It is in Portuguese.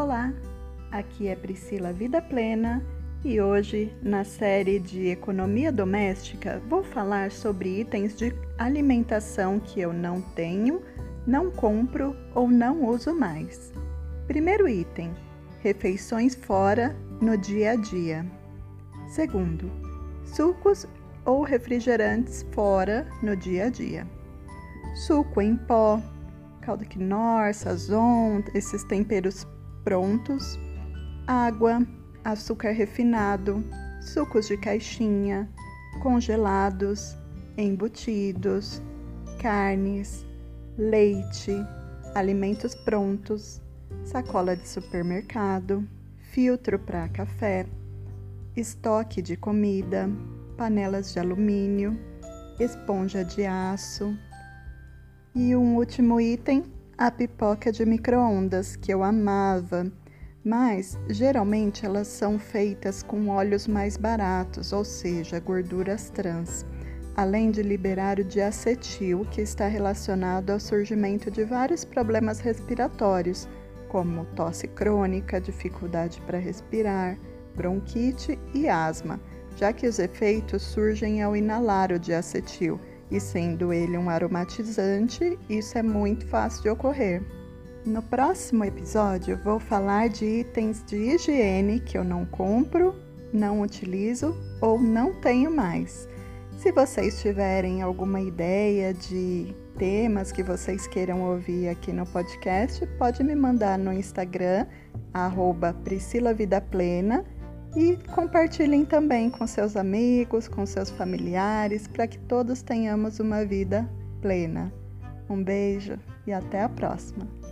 Olá, aqui é Priscila Vida Plena e hoje, na série de Economia Doméstica, vou falar sobre itens de alimentação que eu não tenho, não compro ou não uso mais. Primeiro item, refeições fora no dia a dia. Segundo, sucos ou refrigerantes fora no dia a dia. Suco em pó, caldo quinoa, sazon, esses temperos prontos, água, açúcar refinado, sucos de caixinha, congelados, embutidos, carnes, leite, alimentos prontos, sacola de supermercado, filtro para café, estoque de comida, panelas de alumínio, esponja de aço. E um último item, a pipoca de micro-ondas, que eu amava, mas geralmente elas são feitas com óleos mais baratos, ou seja, gorduras trans, além de liberar o diacetil, que está relacionado ao surgimento de vários problemas respiratórios, como tosse crônica, dificuldade para respirar, bronquite e asma, já que os efeitos surgem ao inalar o diacetil, e sendo ele um aromatizante, isso é muito fácil de ocorrer. No próximo episódio, vou falar de itens de higiene que eu não compro, não utilizo ou não tenho mais. Se vocês tiverem alguma ideia de temas que vocês queiram ouvir aqui no podcast, pode me mandar no Instagram, @PriscilaVidaPlena, e compartilhem também com seus amigos, com seus familiares, para que todos tenhamos uma vida plena. Um beijo e até a próxima!